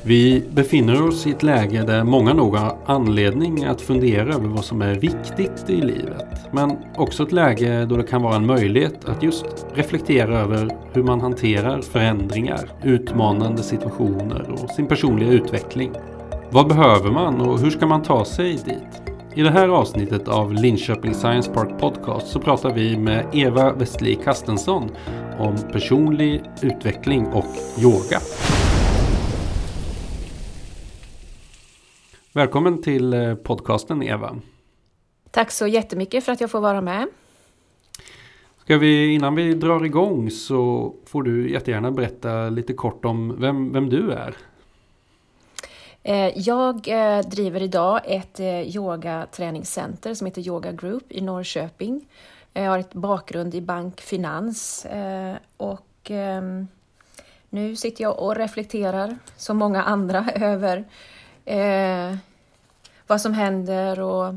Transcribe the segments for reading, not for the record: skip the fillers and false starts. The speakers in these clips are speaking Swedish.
Vi befinner oss i ett läge där många nog har anledning att fundera över vad som är viktigt i livet. Men också ett läge då det kan vara en möjlighet att just reflektera över hur man hanterar förändringar, utmanande situationer och sin personliga utveckling. Vad behöver man och hur ska man ta sig dit? I det här avsnittet av Linköping Science Park Podcast så pratar vi med Eva Westlin Carstensson om personlig utveckling och yoga. Välkommen till podcasten, Eva. Tack så jättemycket för att jag får vara med. Innan vi drar igång så får du jättegärna berätta lite kort om vem du är. Jag driver idag ett yogaträningscenter som heter Yoga Group i Norrköping. Jag har ett bakgrund i bankfinans och nu sitter jag och reflekterar som många andra över vad som händer och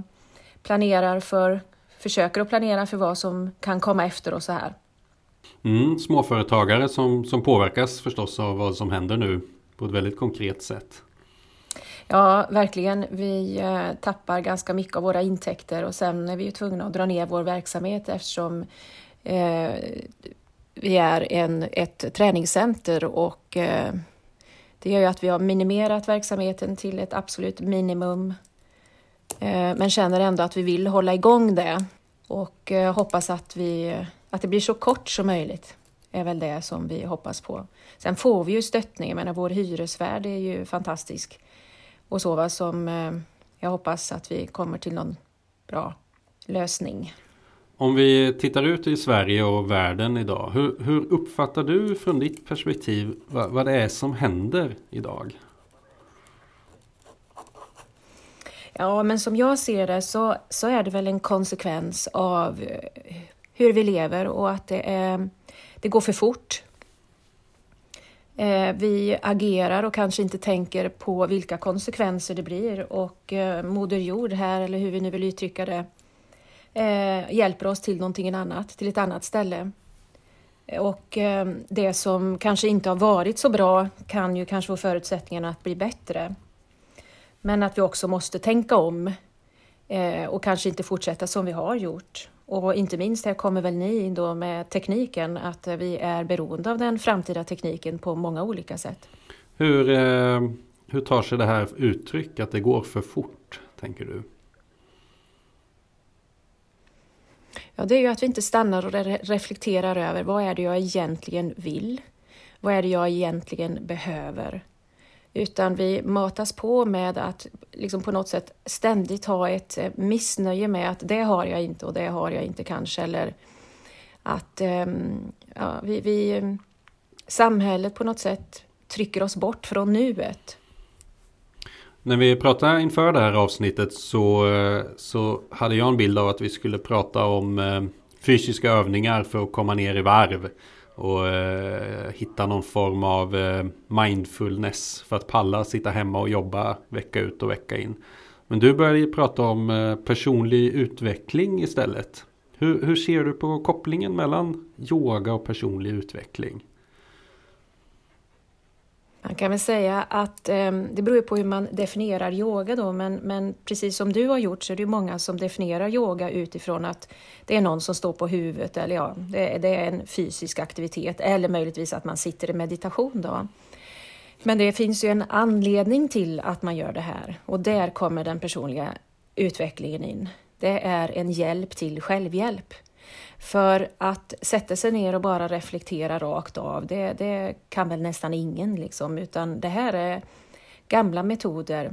försöker att planera för vad som kan komma efter och så här. Småföretagare som påverkas förstås av vad som händer nu på ett väldigt konkret sätt. Ja, verkligen. Vi tappar ganska mycket av våra intäkter och sen är vi ju tvungna att dra ner vår verksamhet eftersom vi är ett träningscenter och det gör ju att vi har minimerat verksamheten till ett absolut minimum men känner ändå att vi vill hålla igång det och hoppas att det blir så kort som möjligt är väl det som vi hoppas på. Sen får vi ju stöttning, jag menar vår hyresvärd är ju fantastisk. Och så vad som jag hoppas att vi kommer till någon bra lösning. Om vi tittar ut i Sverige och världen idag, hur uppfattar du från ditt perspektiv vad det är som händer idag? Ja, men som jag ser det så är det väl en konsekvens av hur vi lever och att det går för fort. Vi agerar och kanske inte tänker på vilka konsekvenser det blir och Moder Jord här, eller hur vi nu vill uttrycka det, hjälper oss till någonting annat, till ett annat ställe. Och det som kanske inte har varit så bra kan ju kanske få förutsättningarna att bli bättre. Men att vi också måste tänka om och kanske inte fortsätta som vi har gjort. Och inte minst här kommer väl ni då med tekniken att vi är beroende av den framtida tekniken på många olika sätt. Hur tar sig det här uttryck att det går för fort, tänker du? Ja, det är ju att vi inte stannar och reflekterar över vad är det jag egentligen vill? Vad är det jag egentligen behöver? Utan vi matas på med att liksom på något sätt ständigt ha ett missnöje med att det har jag inte och det har jag inte kanske. Eller att samhället på något sätt trycker oss bort från nuet. När vi pratade inför det här avsnittet så hade jag en bild av att vi skulle prata om fysiska övningar för att komma ner i varv. Och hitta någon form av mindfulness för att palla sitta hemma och jobba vecka ut och vecka in. Men du började ju prata om personlig utveckling istället. Hur ser du på kopplingen mellan yoga och personlig utveckling? Man kan väl säga att det beror på hur man definierar yoga då, men precis som du har gjort så är det många som definierar yoga utifrån att det är någon som står på huvudet eller ja, det är en fysisk aktivitet eller möjligtvis att man sitter i meditation då. Men det finns ju en anledning till att man gör det här och där kommer den personliga utvecklingen in. Det är en hjälp till självhjälp. För att sätta sig ner och bara reflektera rakt av, det kan väl nästan ingen liksom, utan det här är gamla metoder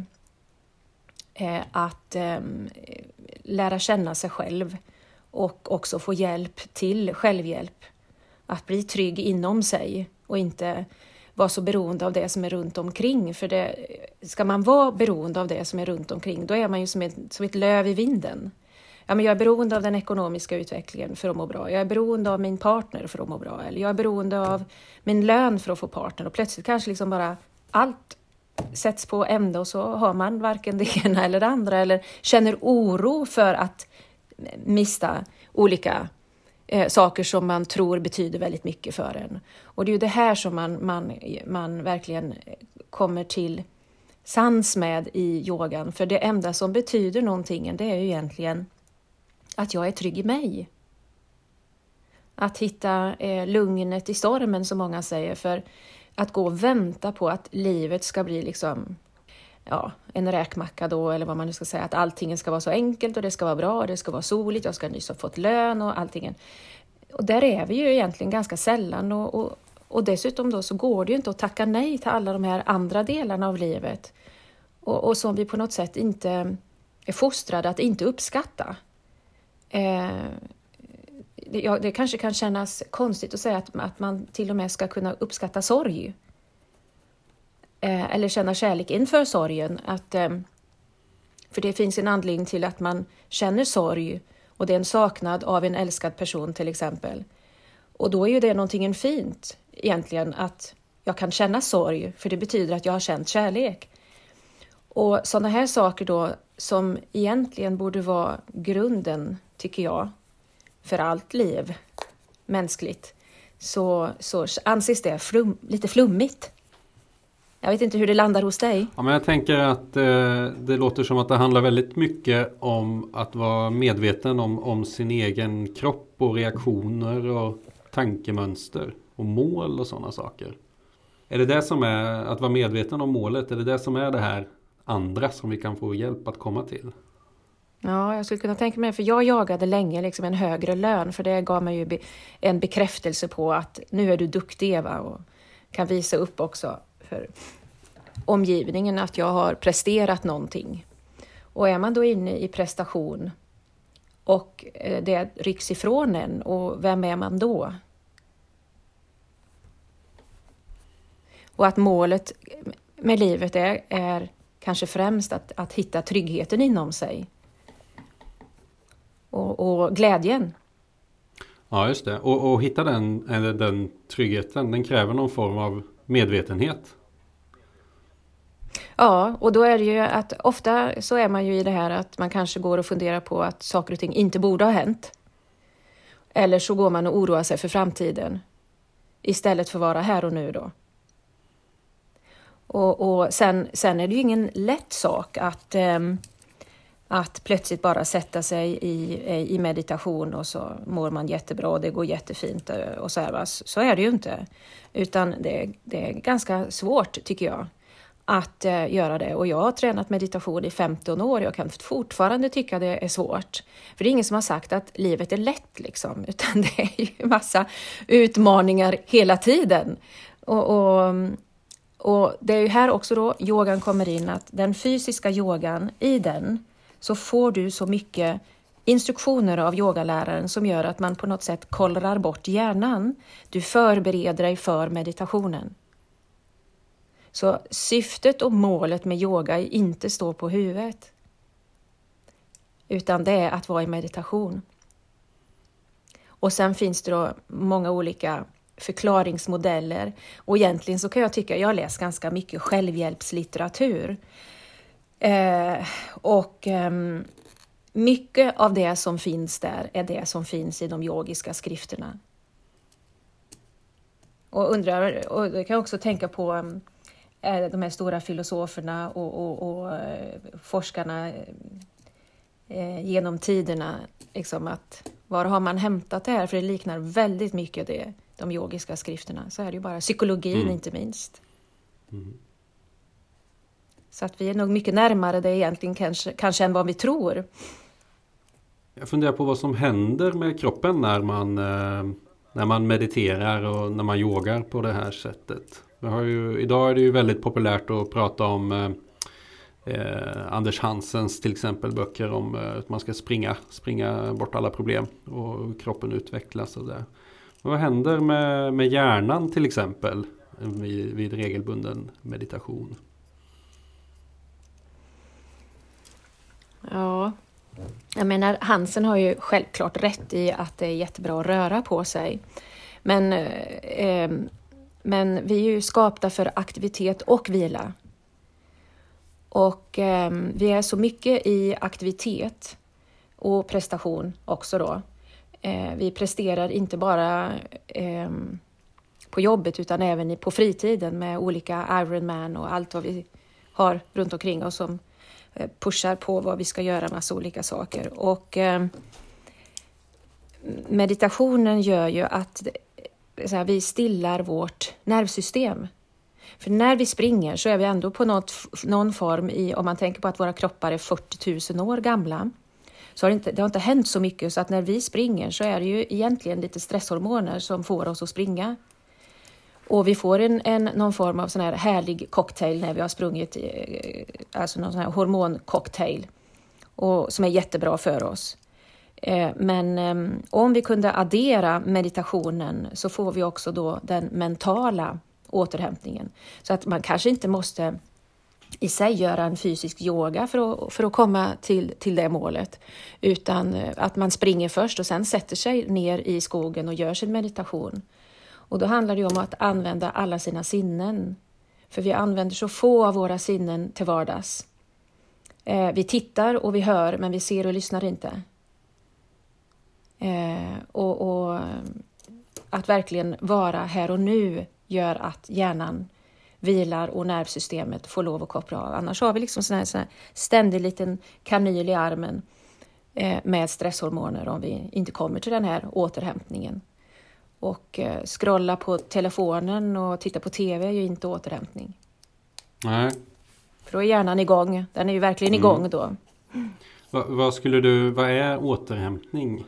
att lära känna sig själv och också få hjälp till självhjälp. Att bli trygg inom sig och inte vara så beroende av det som är runt omkring. För ska man vara beroende av det som är runt omkring, då är man ju som ett löv i vinden. Ja, men jag är beroende av den ekonomiska utvecklingen för att må bra. Jag är beroende av min partner för att må bra. Eller jag är beroende av min lön för att få partner. Och plötsligt kanske liksom bara allt sätts på ända och så har man varken det ena eller det andra. Eller känner oro för att mista olika saker som man tror betyder väldigt mycket för en. Och det är ju det här som man verkligen kommer till sans med i yogan. För det enda som betyder någonting, det är ju egentligen att jag är trygg i mig. Att hitta lugnet i stormen, som många säger. För att gå och vänta på att livet ska bli liksom, en räkmacka då, eller vad man nu ska säga. Att allting ska vara så enkelt och det ska vara bra och det ska vara soligt. Jag ska nyss ha fått lön och allting. Och där är vi ju egentligen ganska sällan. Och dessutom då så går det ju inte att tacka nej till alla de här andra delarna av livet. Och som vi på något sätt inte är fostrade att inte uppskatta. Det kanske kan kännas konstigt att säga att man till och med ska kunna uppskatta sorg. Eller känna kärlek inför sorgen. För det finns en anledning till att man känner sorg. Och det är en saknad av en älskad person till exempel. Och då är ju det någonting fint egentligen att jag kan känna sorg. För det betyder att jag har känt kärlek. Och sådana här saker då som egentligen borde vara grunden, tycker jag, för allt liv mänskligt. Så anses det lite flummigt. Jag vet inte hur det landar hos dig. Ja, men jag tänker att det låter som att det handlar väldigt mycket om att vara medveten om sin egen kropp och reaktioner och tankemönster och mål och sådana saker. Är det som är att vara medveten om målet? Är det som är det här andra som vi kan få hjälp att komma till? Ja, jag skulle kunna tänka mig, för jag jagade länge liksom en högre lön, för det gav mig ju en bekräftelse på att nu är du duktig, Eva, och kan visa upp också för omgivningen att jag har presterat någonting. Och är man då inne i prestation och det rycks ifrån en, och vem är man då? Och att målet med livet är kanske främst att hitta tryggheten inom sig. Och glädjen. Ja, just det. Och hitta den tryggheten, den kräver någon form av medvetenhet. Ja, och då är det ju att ofta så är man ju i det här att man kanske går och funderar på att saker och ting inte borde ha hänt. Eller så går man och oroar sig för framtiden istället för att vara här och nu då. Och sen är det ju ingen lätt sak att plötsligt bara sätta sig i meditation och så mår man jättebra och det går jättefint och så här, va? Så är det ju inte. Utan det är ganska svårt, tycker jag, att göra det. Och jag har tränat meditation i 15 år. Jag kan fortfarande tycka det är svårt. För det är ingen som har sagt att livet är lätt liksom. Utan det är ju massa utmaningar hela tiden. Och det är ju här också då yogan kommer in, att den fysiska yogan, i den så får du så mycket instruktioner av yogaläraren som gör att man på något sätt kollrar bort hjärnan. Du förbereder dig för meditationen. Så syftet och målet med yoga är inte stå på huvudet. Utan det är att vara i meditation. Och sen finns det då många olika förklaringsmodeller. Och egentligen så kan jag tycka, jag har läst ganska mycket självhjälpslitteratur. Mycket av det som finns där är det som finns i de yogiska skrifterna. Och jag kan också tänka på de här stora filosoferna och forskarna genom tiderna. Liksom att, var har man hämtat det här? För det liknar väldigt mycket de yogiska skrifterna. Så är det ju bara psykologin inte minst. Mm. Så att vi är nog mycket närmare det egentligen kanske än vad vi tror. Jag funderar på vad som händer med kroppen när man mediterar och när man yogar på det här sättet. Idag är det ju väldigt populärt att prata om Anders Hansens till exempel böcker om att man ska springa bort alla problem och kroppen utvecklas och det. Vad händer med hjärnan till exempel vid regelbunden meditation? Ja, jag menar Hansen har ju självklart rätt i att det är jättebra att röra på sig. Men vi är ju skapta för aktivitet och vila. Och vi är så mycket i aktivitet och prestation också då. Vi presterar inte bara på jobbet utan även på fritiden med olika Ironman och allt vad vi har runt omkring oss som pushar på vad vi ska göra, massa olika saker. Och meditationen gör ju att vi stillar vårt nervsystem. För när vi springer så är vi ändå på någon form om man tänker på att våra kroppar är 40 000 år gamla. Så det har inte hänt så mycket, så att när vi springer så är det ju egentligen lite stresshormoner som får oss att springa. Och vi får någon form av sån här härlig cocktail när vi har sprungit, alltså någon sån här hormoncocktail och som är jättebra för oss. Men om vi kunde addera meditationen så får vi också då den mentala återhämtningen. Så att man kanske inte måste i sig göra en fysisk yoga för att komma till det målet, utan att man springer först och sen sätter sig ner i skogen och gör sin meditation. Och då handlar det om att använda alla sina sinnen. För vi använder så få av våra sinnen till vardags. Vi tittar och vi hör, men vi ser och lyssnar inte. Och att verkligen vara här och nu gör att hjärnan vilar och nervsystemet får lov att koppla av. Annars har vi liksom sån här ständig liten kanyl i armen med stresshormoner om vi inte kommer till den här återhämtningen. Och scrolla på telefonen och titta på tv är ju inte återhämtning. Nej. För då är hjärnan igång. Den är ju verkligen igång då. Vad är återhämtning?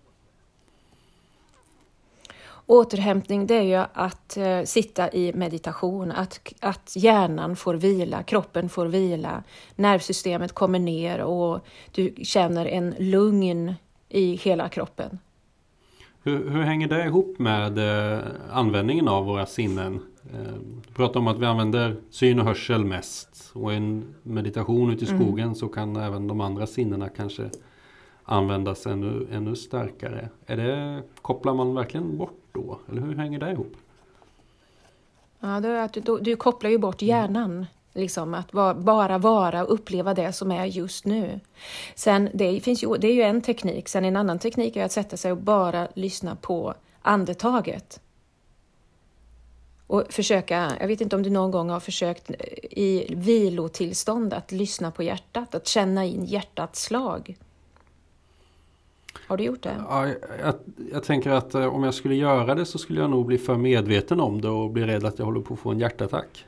Återhämtning, det är ju att sitta i meditation, att hjärnan får vila, kroppen får vila, nervsystemet kommer ner och du känner en lugn i hela kroppen. Hur hänger det ihop med användningen av våra sinnen? Du pratar om att vi använder syn och hörsel mest, och i en meditation ute i skogen så kan även de andra sinnena kanske användas ännu starkare. Kopplar man verkligen bort då? Eller hur hänger det ihop? Ja, det är att du kopplar ju bort hjärnan. Liksom att bara vara och uppleva det som är just nu. Sen det är ju en teknik. Sen en annan teknik är att sätta sig och bara lyssna på andetaget. Och försöka, jag vet inte om du någon gång har försökt i vilotillstånd att lyssna på hjärtat. Att känna in hjärtats slag. Har du gjort det? Ja, jag tänker att om jag skulle göra det så skulle jag nog bli för medveten om det och bli rädd att jag håller på att få en hjärtattack.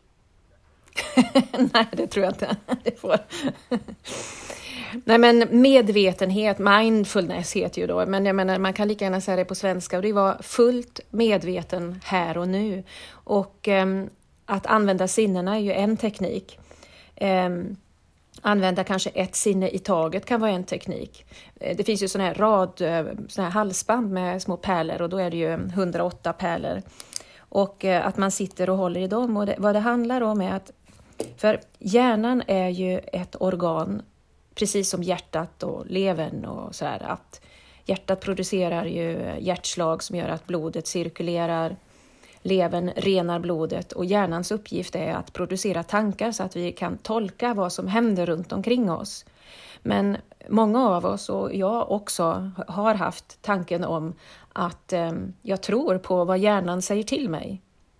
Nej, det tror jag inte. Det får. Nej, men medvetenhet, mindfulness heter ju då. Men jag menar, man kan lika gärna säga det på svenska. Och det var fullt medveten här och nu. Och att använda sinnena är ju en teknik. Använda kanske ett sinne i taget kan vara en teknik. Det finns ju sån här halsband med små pärlor, och då är det ju 108 pärlor. Och att man sitter och håller i dem. Och vad det handlar om är att, för hjärnan är ju ett organ, precis som hjärtat och levern och så här, att hjärtat producerar ju hjärtslag som gör att blodet cirkulerar. Levern renar blodet, och hjärnans uppgift är att producera tankar så att vi kan tolka vad som händer runt omkring oss. Men många av oss, och jag också, har haft tanken om att jag tror på vad hjärnan säger till mig.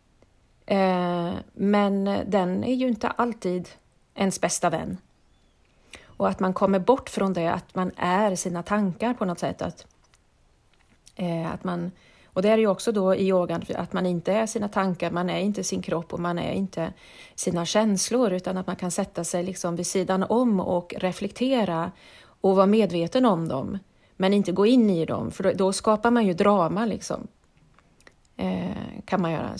Men den är ju inte alltid ens bästa vän. Och att man kommer bort från det, att man är sina tankar på något sätt. Och det är ju också då i yogan att man inte är sina tankar, man är inte sin kropp och man är inte sina känslor, utan att man kan sätta sig liksom vid sidan om och reflektera och vara medveten om dem, men inte gå in i dem, för då skapar man ju drama liksom. Kan man göra.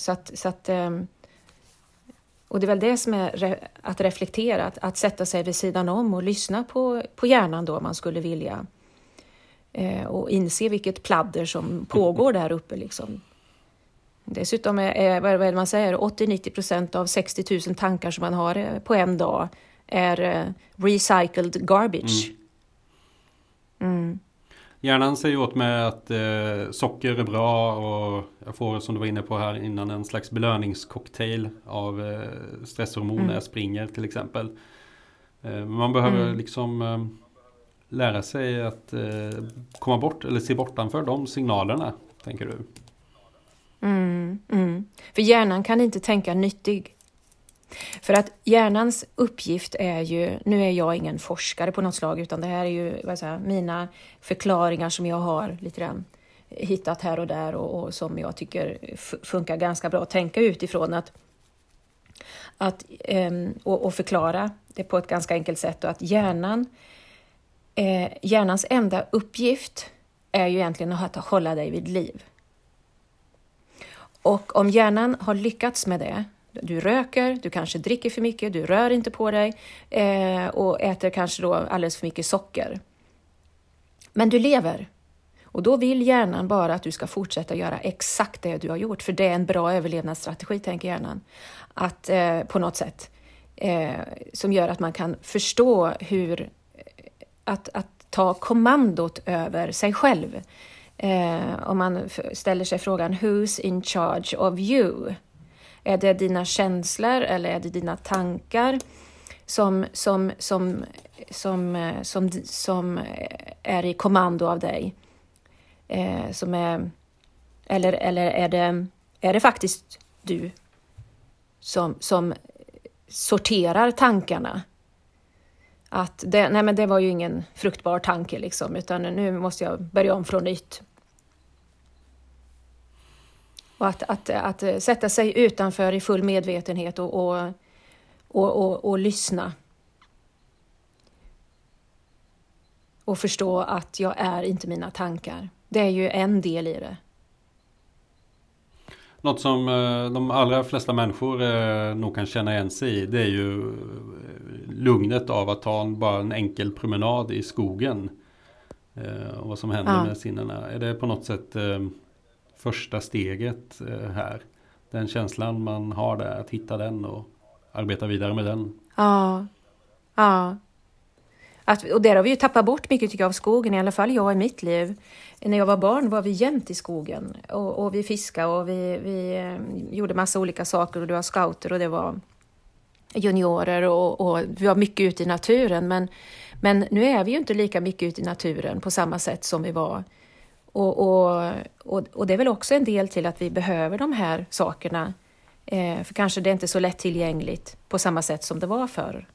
Och det är väl det som är att reflektera, att sätta sig vid sidan om och lyssna på hjärnan då, man skulle vilja. Och inse vilket pladder som pågår där uppe liksom. Dessutom är man säger 80-90% av 60 000 tankar som man har på en dag är recycled garbage. Hjärnan säger åt mig att socker är bra, och jag får, som du var inne på här innan, en slags belöningscocktail av stresshormon när jag springer till exempel. Man behöver liksom lära sig att komma bort eller se bortanför de signalerna, tänker du? För hjärnan kan inte tänka nyttig. För att hjärnans uppgift är ju, nu är jag ingen forskare på något slag, utan det här är ju mina förklaringar som jag har lite grann hittat här och där och som jag tycker funkar ganska bra att tänka utifrån och förklara det på ett ganska enkelt sätt. Och att hjärnans enda uppgift är ju egentligen att hålla dig vid liv. Och om hjärnan har lyckats med det, du röker, du kanske dricker för mycket, du rör inte på dig och äter kanske då alldeles för mycket socker. Men du lever. Och då vill hjärnan bara att du ska fortsätta göra exakt det du har gjort. För det är en bra överlevnadsstrategi, tänker hjärnan. Att på något sätt som gör att man kan förstå hur att ta kommandot över sig själv. Om man ställer sig frågan, who's in charge of you? Är det dina känslor eller är det dina tankar som är i kommando av dig? Eller är det faktiskt du som sorterar tankarna? Att det var ju ingen fruktbar tanke liksom, utan nu måste jag börja om från nytt. Och att sätta sig utanför i full medvetenhet och lyssna. Och förstå att jag är inte mina tankar. Det är ju en del i det. Något som de allra flesta människor nog kan känna igen sig i, det är ju lugnet av att ta bara en enkel promenad i skogen. Och vad som händer med sinnena. Är det på något sätt första steget här? Den känslan man har där, att hitta den och arbeta vidare med den. Ja. Och där har vi ju tappat bort mycket tycker jag av skogen, i alla fall jag i mitt liv. När jag var barn var vi jämt i skogen och vi fiskade och vi gjorde massa olika saker och det var scouter och det var juniorer och vi var mycket ute i naturen. Men nu är vi ju inte lika mycket ute i naturen på samma sätt som vi var. Och det är väl också en del till att vi behöver de här sakerna. För kanske det är inte så lättillgängligt på samma sätt som det var förr.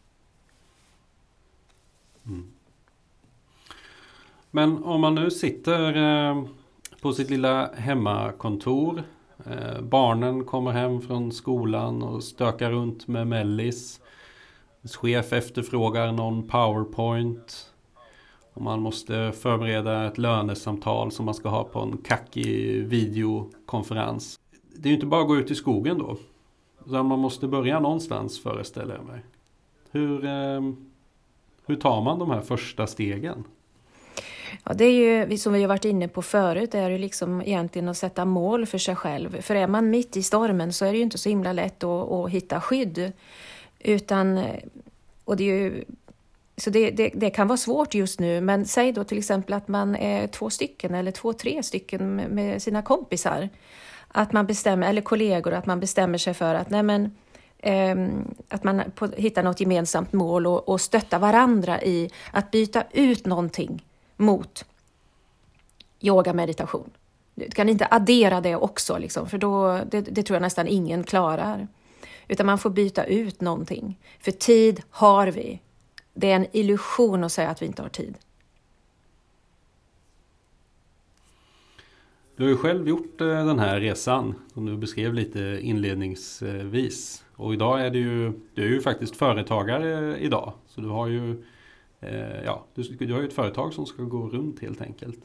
Men om man nu sitter på sitt lilla hemmakontor, barnen kommer hem från skolan och stökar runt med mellis, chef efterfrågar någon PowerPoint och man måste förbereda ett lönesamtal som man ska ha på en kackig videokonferens. Det är ju inte bara att gå ut i skogen då, utan man måste börja någonstans, föreställer jag mig. Hur tar man de här första stegen? Ja, det är ju, som vi har varit inne på förut, är det liksom egentligen att sätta mål för sig själv. För är man mitt i stormen så är det ju inte så himla lätt att hitta skydd. Och det är ju, så det kan vara svårt just nu, men säg då till exempel att man är 2 stycken eller 2-3 stycken med sina kompisar. Att man bestämmer, eller kollegor, att man bestämmer sig för att att man hittar något gemensamt mål och stötta varandra i att byta ut någonting mot yoga, meditation. Du kan inte addera det också, liksom, för då, det tror jag nästan ingen klarar. Utan man får byta ut någonting. För tid har vi. Det är en illusion att säga att vi inte har tid. Du har ju själv gjort den här resan som du beskrev lite inledningsvis. Och idag är du är ju faktiskt företagare idag. Så du har ju du har ju ett företag som ska gå runt helt enkelt.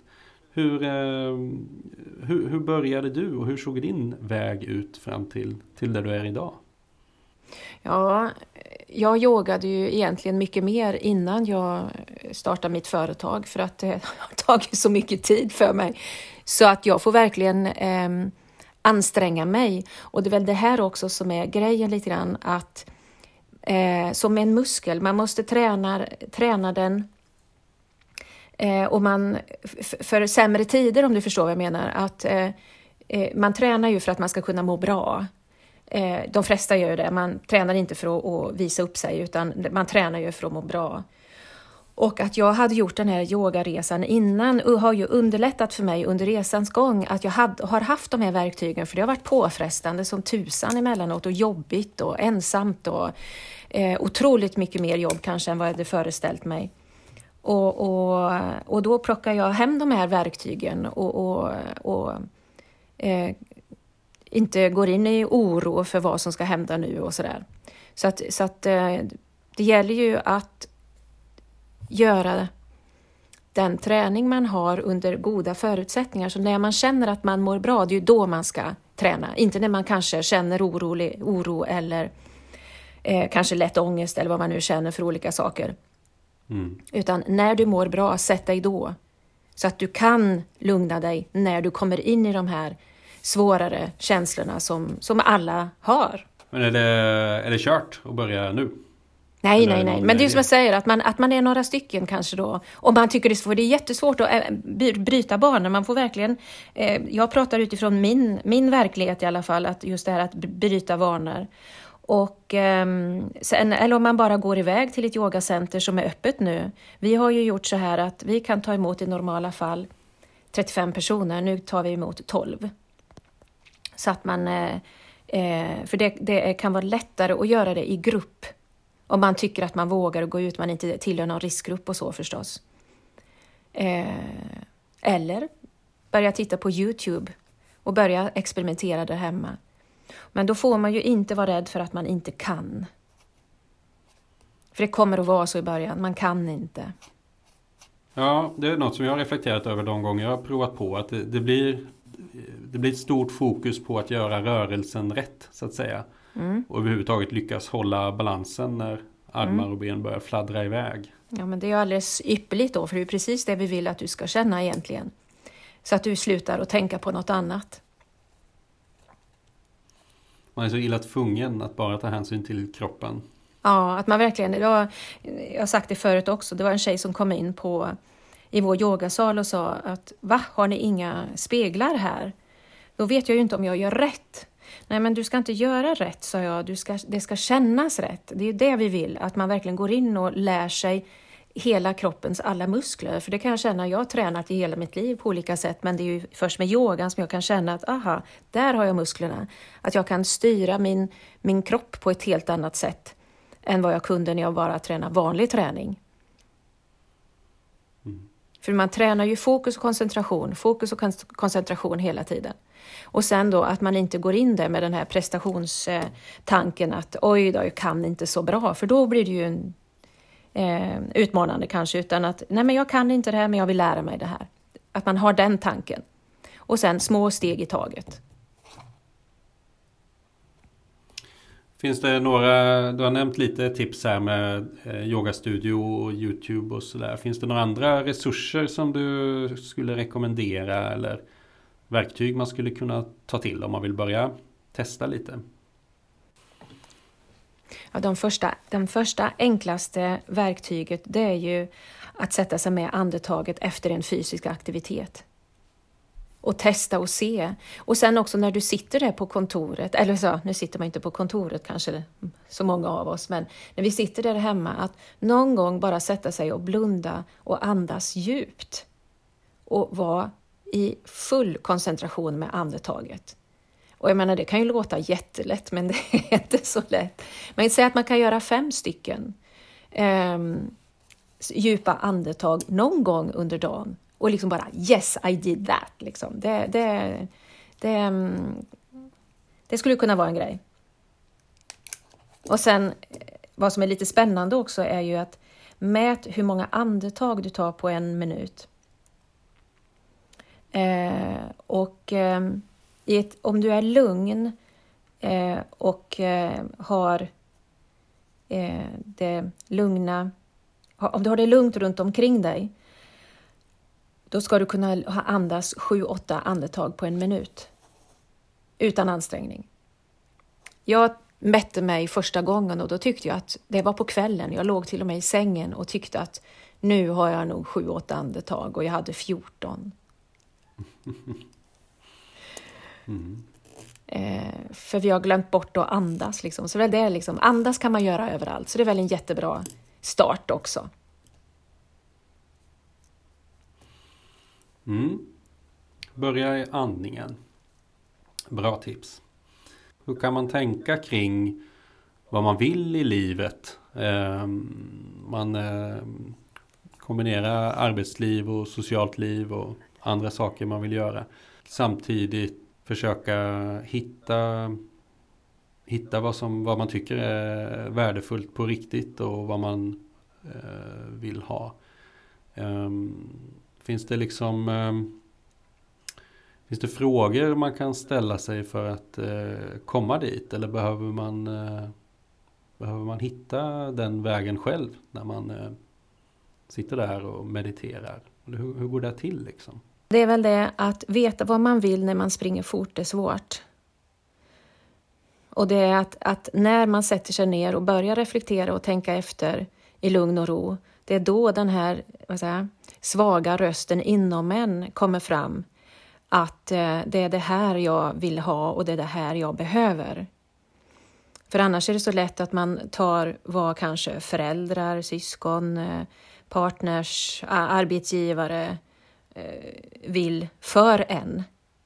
Hur började du och hur såg din väg ut fram till där du är idag? Ja, jag yogade ju egentligen mycket mer innan jag startade mitt företag, för att det har tagit så mycket tid för mig. Så att jag får verkligen anstränga mig. Och det är väl det här också som är grejen lite grann, att som en muskel, man måste träna den och man för sämre tider, om du förstår vad jag menar, att man tränar ju för att man ska kunna må bra. De flesta gör det, man tränar inte för att visa upp sig, utan man tränar ju för att må bra. Och att jag hade gjort den här yogaresan innan har ju underlättat för mig under resans gång att jag har haft de här verktygen, för det har varit påfrestande som tusan emellanåt och jobbigt och ensamt och otroligt mycket mer jobb kanske än vad jag hade föreställt mig. Och då plockar jag hem de här verktygen och inte går in i oro för vad som ska hända nu och sådär. Så att det gäller ju att göra den träning man har under goda förutsättningar. Så när man känner att man mår bra, det är ju då man ska träna. Inte när man kanske känner oro eller kanske lätt ångest eller vad man nu känner för olika saker. Utan när du mår bra, sätt dig då. Så att du kan lugna dig när du kommer in i de här svårare känslorna som alla har. Men är det kört att börja nu? Nej. Men det är som jag säger, att man är några stycken kanske då. Och man tycker det är jättesvårt att bryta banor. Man får verkligen, jag pratar utifrån min verklighet i alla fall, att just det här att bryta vanor. Och sen, eller om man bara går iväg till ett yogacenter som är öppet nu. Vi har ju gjort så här att vi kan ta emot i normala fall 35 personer. Nu tar vi emot 12. Så att man, för det kan vara lättare att göra det i grupp. Om man tycker att man vågar gå ut, man inte tillhör någon riskgrupp och så förstås. Eller börja titta på YouTube och börja experimentera där hemma. Men då får man ju inte vara rädd för att man inte kan. För det kommer att vara så i början, man kan inte. Ja, det är något som jag har reflekterat över de gånger jag har provat på. Att det blir ett stort fokus på att göra rörelsen rätt, så att säga. Och överhuvudtaget lyckas hålla balansen när armar och ben börjar fladdra iväg. Ja, men det är ju alldeles ypperligt då, för det är precis det vi vill att du ska känna egentligen. Så att du slutar att tänka på något annat. Man är så illa tvungen att bara ta hänsyn till kroppen. Ja, att man verkligen, jag har sagt det förut också, det var en tjej som kom in i vår yogasal och sa att har ni inga speglar här? Då vet jag ju inte om jag gör rätt. Nej, men du ska inte göra rätt, sa jag. Det ska kännas rätt. Det är ju det vi vill, att man verkligen går in och lär sig hela kroppens alla muskler. För det kan jag känna, jag har tränat i hela mitt liv på olika sätt, men det är ju först med yogan som jag kan känna att där har jag musklerna. Att jag kan styra min kropp på ett helt annat sätt än vad jag kunde när jag bara tränade vanlig träning. För man tränar ju fokus och koncentration hela tiden. Och sen då att man inte går in där med den här prestationstanken att oj då, jag kan inte så bra. För då blir det ju utmanande kanske, utan att nej, men jag kan inte det här, men jag vill lära mig det här. Att man har den tanken. Och sen små steg i taget. Finns det några, du har nämnt lite tips här med yogastudio och YouTube och sådär. Finns det några andra resurser som du skulle rekommendera eller verktyg man skulle kunna ta till om man vill börja testa lite? Ja, den första enklaste verktyget, det är ju att sätta sig med andetaget efter en fysisk aktivitet. Och testa och se. Och sen också när du sitter där på kontoret, eller så, nu sitter man inte på kontoret kanske så många av oss, men när vi sitter där hemma, att någon gång bara sätta sig och blunda och andas djupt. Och vara i full koncentration med andetaget. Och jag menar, det kan ju låta jättelätt, men det är inte så lätt. Men säg att man kan göra 5 stycken djupa andetag någon gång under dagen. Och liksom bara, yes, I did that. Liksom. Det skulle kunna vara en grej. Och sen, vad som är lite spännande också är ju att mät hur många andetag du tar på 1 minut. Om du är lugn och har det lugna, om du har det lugnt runt omkring dig, då ska du kunna andas 7-8 andetag på 1 minut. Utan ansträngning. Jag mätte mig första gången och då tyckte jag att det var på kvällen. Jag låg till och med i sängen och tyckte att nu har jag nog 7-8 andetag och jag hade 14. För vi har glömt bort att andas. Liksom. Så det är liksom, andas kan man göra överallt. Så det är väl en jättebra start också. Börja i andningen. Bra tips. Hur kan man tänka kring vad man vill i livet? Man kombinerar arbetsliv och socialt liv och andra saker man vill göra. Samtidigt försöka hitta vad man tycker är värdefullt på riktigt och vad man vill ha. Finns det frågor man kan ställa sig för att komma dit? Eller behöver man hitta den vägen själv när man sitter där och mediterar? Eller hur går det till liksom? Det är väl det att veta vad man vill när man springer fort är svårt. Och det är att när man sätter sig ner och börjar reflektera och tänka efter i lugn och ro, det är då den här svaga rösten inom en kommer fram. Att det är det här jag vill ha och det är det här jag behöver. För annars är det så lätt att man tar vad kanske föräldrar, syskon, partners, arbetsgivare vill för en.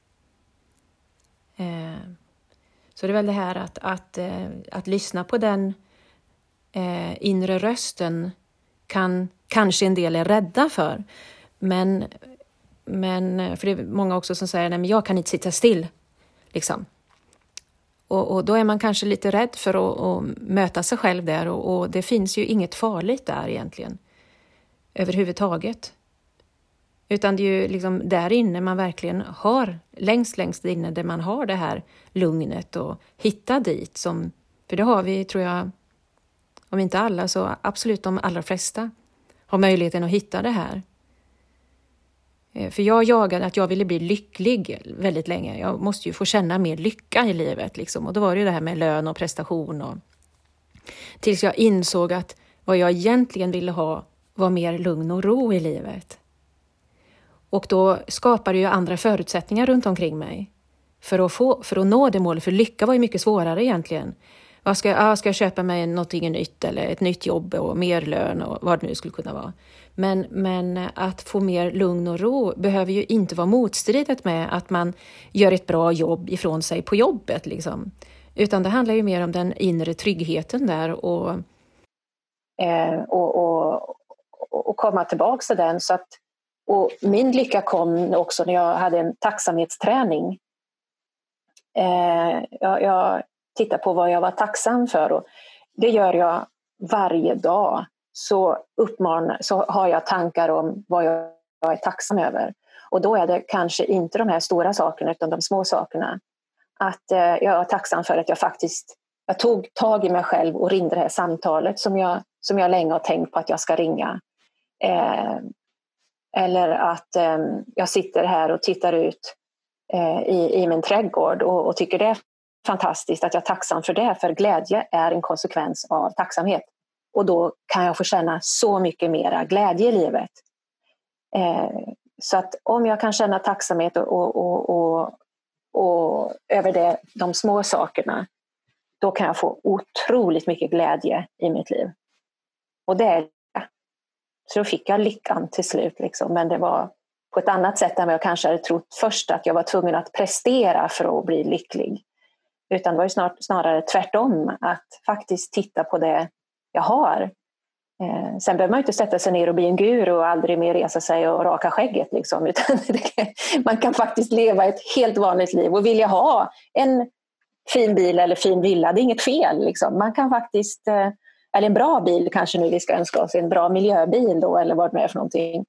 Så det är väl det här att lyssna på den inre rösten kan kanske en del är rädda för. Men för det är många också som säger nej men jag kan inte sitta still. Liksom. Och då är man kanske lite rädd för att möta sig själv där. Och det finns ju inget farligt där egentligen. Överhuvudtaget. Utan det är ju liksom där inne man verkligen har, längst inne där man har det här lugnet och hitta dit. För det har vi, tror jag, om inte alla så absolut de allra flesta har möjligheten att hitta det här. För jag jagade att jag ville bli lycklig väldigt länge. Jag måste ju få känna mer lycka i livet. Liksom. Och då var det ju det här med lön och prestation. Tills jag insåg att vad jag egentligen ville ha var mer lugn och ro i livet. Och då skapade jag andra förutsättningar runt omkring mig. För att nå det målet. För lycka var ju mycket svårare egentligen. Ska jag köpa mig någonting nytt eller ett nytt jobb och mer lön och vad det nu skulle kunna vara. Men att få mer lugn och ro behöver ju inte vara motstridigt med att man gör ett bra jobb ifrån sig på jobbet. Liksom. Utan det handlar ju mer om den inre tryggheten där och komma tillbaka till den. Och min lycka kom också när jag hade en tacksamhetsträning. Jag tittar på vad jag var tacksam för och det gör jag varje dag. Så har jag tankar om vad jag är tacksam över. Och då är det kanske inte de här stora sakerna utan de små sakerna. Att jag är tacksam för att jag tog tag i mig själv och ringde det här samtalet som jag länge har tänkt på att jag ska ringa. Eller att jag sitter här och tittar ut i min trädgård och tycker det är fantastiskt att jag är tacksam för det. För glädje är en konsekvens av tacksamhet. Och då kan jag få känna så mycket mera glädje i livet. Så att om jag kan känna tacksamhet och över de små sakerna, då kan jag få otroligt mycket glädje i mitt liv. Och det är det. Så då fick jag lyckan till slut. Liksom. Men det var på ett annat sätt än vad jag kanske hade trott först, att jag var tvungen att prestera för att bli lycklig. Utan det var ju snarare tvärtom, att faktiskt titta på det jag har. Sen behöver man ju inte sätta sig ner och bli en guru och aldrig mer resa sig och raka skägget. Liksom. Utan man kan faktiskt leva ett helt vanligt liv. Och vill jag ha en fin bil eller fin villa, det är inget fel. Liksom. Man kan faktiskt, eller en bra bil kanske nu vi ska önska oss, en bra miljöbil då, eller vad det är för någonting.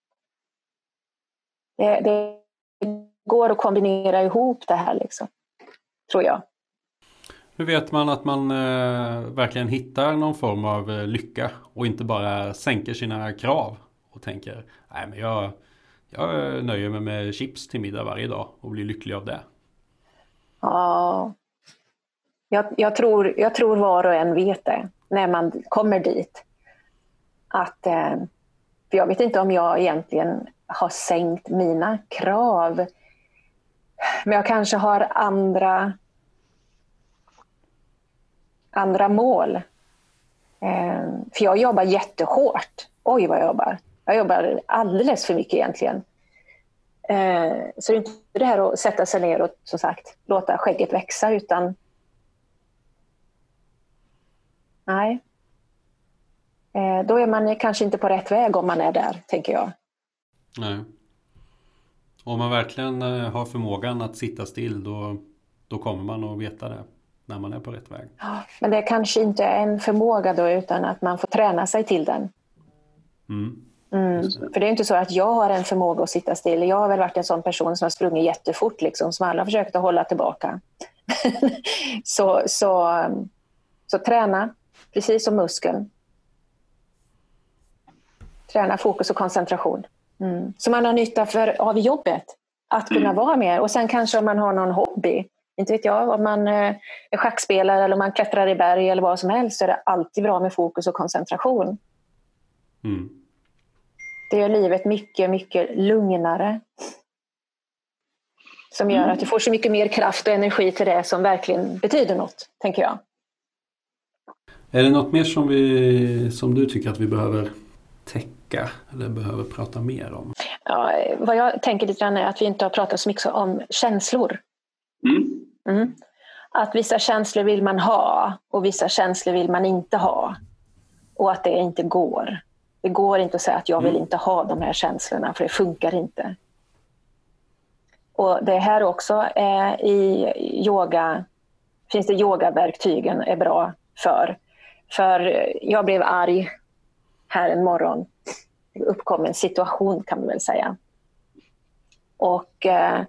Det går att kombinera ihop det här, liksom, tror jag. Hur vet man att man verkligen hittar någon form av lycka och inte bara sänker sina krav och tänker nej men jag nöjer mig med chips till middag varje dag och blir lycklig av det? Ja, jag tror var och en vet det när man kommer dit. För jag vet inte om jag egentligen har sänkt mina krav, men jag kanske har andra mål. För jag jobbar jättehårt. Oj vad jag jobbar. Jag jobbar alldeles för mycket egentligen. Så det är inte det här att sätta sig ner och som sagt låta skägget växa, utan nej. Då är man kanske inte på rätt väg om man är där, tänker jag. Nej. Om man verkligen har förmågan att sitta still, då kommer man att veta det när man är på rätt väg. Ja, men det kanske inte är en förmåga då, utan att man får träna sig till den. För det är inte så att jag har en förmåga att sitta still. Jag har väl varit en sån person som har sprungit jättefort liksom, som alla har försökt att hålla tillbaka. så träna, precis som muskeln. Träna fokus och koncentration. Så man har nytta av jobbet. Att kunna vara med. Och sen kanske om man har någon hobby. Inte vet jag, om man är schackspelare eller om man klättrar i berg eller vad som helst, så är det alltid bra med fokus och koncentration. Det gör livet mycket, mycket lugnare. Som gör att du får så mycket mer kraft och energi till det som verkligen betyder något, tänker jag. Är det något mer som du tycker att vi behöver täcka eller behöver prata mer om? Ja, vad jag tänker lite grann är att vi inte har pratat så mycket om känslor. Att vissa känslor vill man ha och vissa känslor vill man inte ha. Och att det inte går. Det går inte att säga att jag vill inte ha de här känslorna, för det funkar inte. Och det här också i yoga, finns det yogaverktygen är bra för. För jag blev arg här en morgon. Det uppkom en situation, kan man väl säga. Och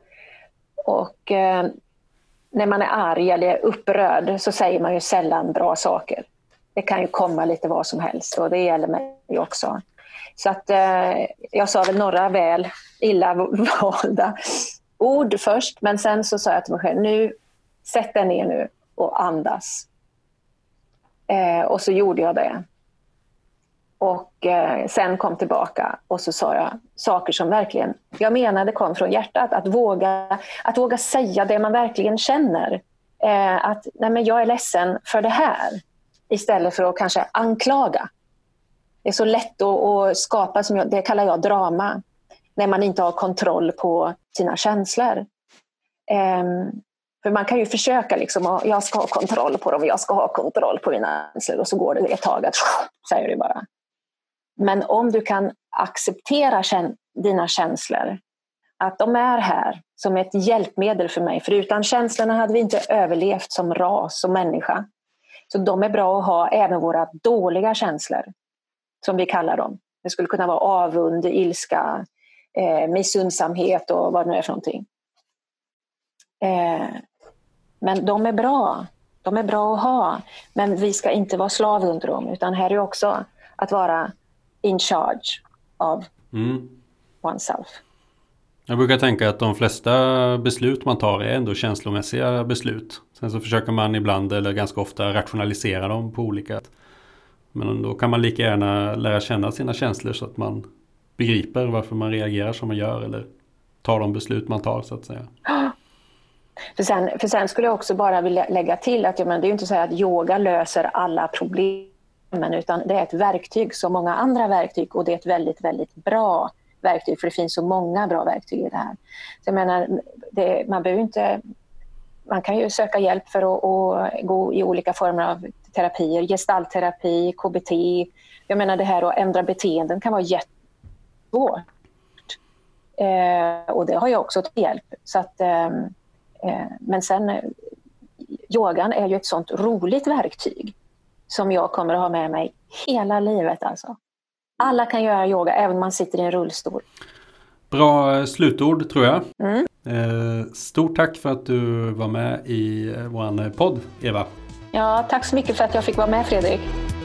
när man är arg eller upprörd så säger man ju sällan bra saker. Det kan ju komma lite vad som helst, och det gäller mig också. Så att jag sa väl några väl illa valda ord först, men sen så sa jag till mig själv, nu sätt dig ner nu och andas. Och så gjorde jag det. Och sen kom tillbaka och så sa jag saker som verkligen, jag menade kom från hjärtat. Att våga säga det man verkligen känner. Att nej, men jag är ledsen för det här. Istället för att kanske anklaga. Det är så lätt att skapa, det kallar jag drama. När man inte har kontroll på sina känslor. För man kan ju försöka liksom, jag ska ha kontroll på dem, jag ska ha kontroll på mina känslor. Och så går det ett tag att säger det bara. Men om du kan acceptera dina känslor, att de är här som ett hjälpmedel för mig. För utan känslorna hade vi inte överlevt som ras, som människa. Så de är bra att ha, även våra dåliga känslor, som vi kallar dem. Det skulle kunna vara avund, ilska, missundsamhet och vad det nu är för någonting. Men de är bra. De är bra att ha. Men vi ska inte vara slav under dem, utan här är också att vara in charge of oneself. Jag brukar tänka att de flesta beslut man tar är ändå känslomässiga beslut. Sen så försöker man ibland eller ganska ofta rationalisera dem på olika sätt. Men då kan man lika gärna lära känna sina känslor så att man begriper varför man reagerar som man gör eller tar de beslut man tar, så att säga. För sen skulle jag också bara vilja lägga till att det är ju inte så att yoga löser alla problem, utan det är ett verktyg som många andra verktyg, och det är ett väldigt, väldigt bra verktyg, för det finns så många bra verktyg i det här. Så jag menar, man kan ju söka hjälp för att gå i olika former av terapier, gestaltterapi, KBT. Jag menar, det här att ändra beteenden kan vara jättesvårt. Och det har jag också till hjälp. Så att, men sen, yogan är ju ett sånt roligt verktyg som jag kommer att ha med mig hela livet alltså. Alla kan göra yoga, även om man sitter i en rullstol. Bra slutord, tror jag. Stort tack för att du var med i vår podd, Eva. Ja, tack så mycket för att jag fick vara med, Fredrik.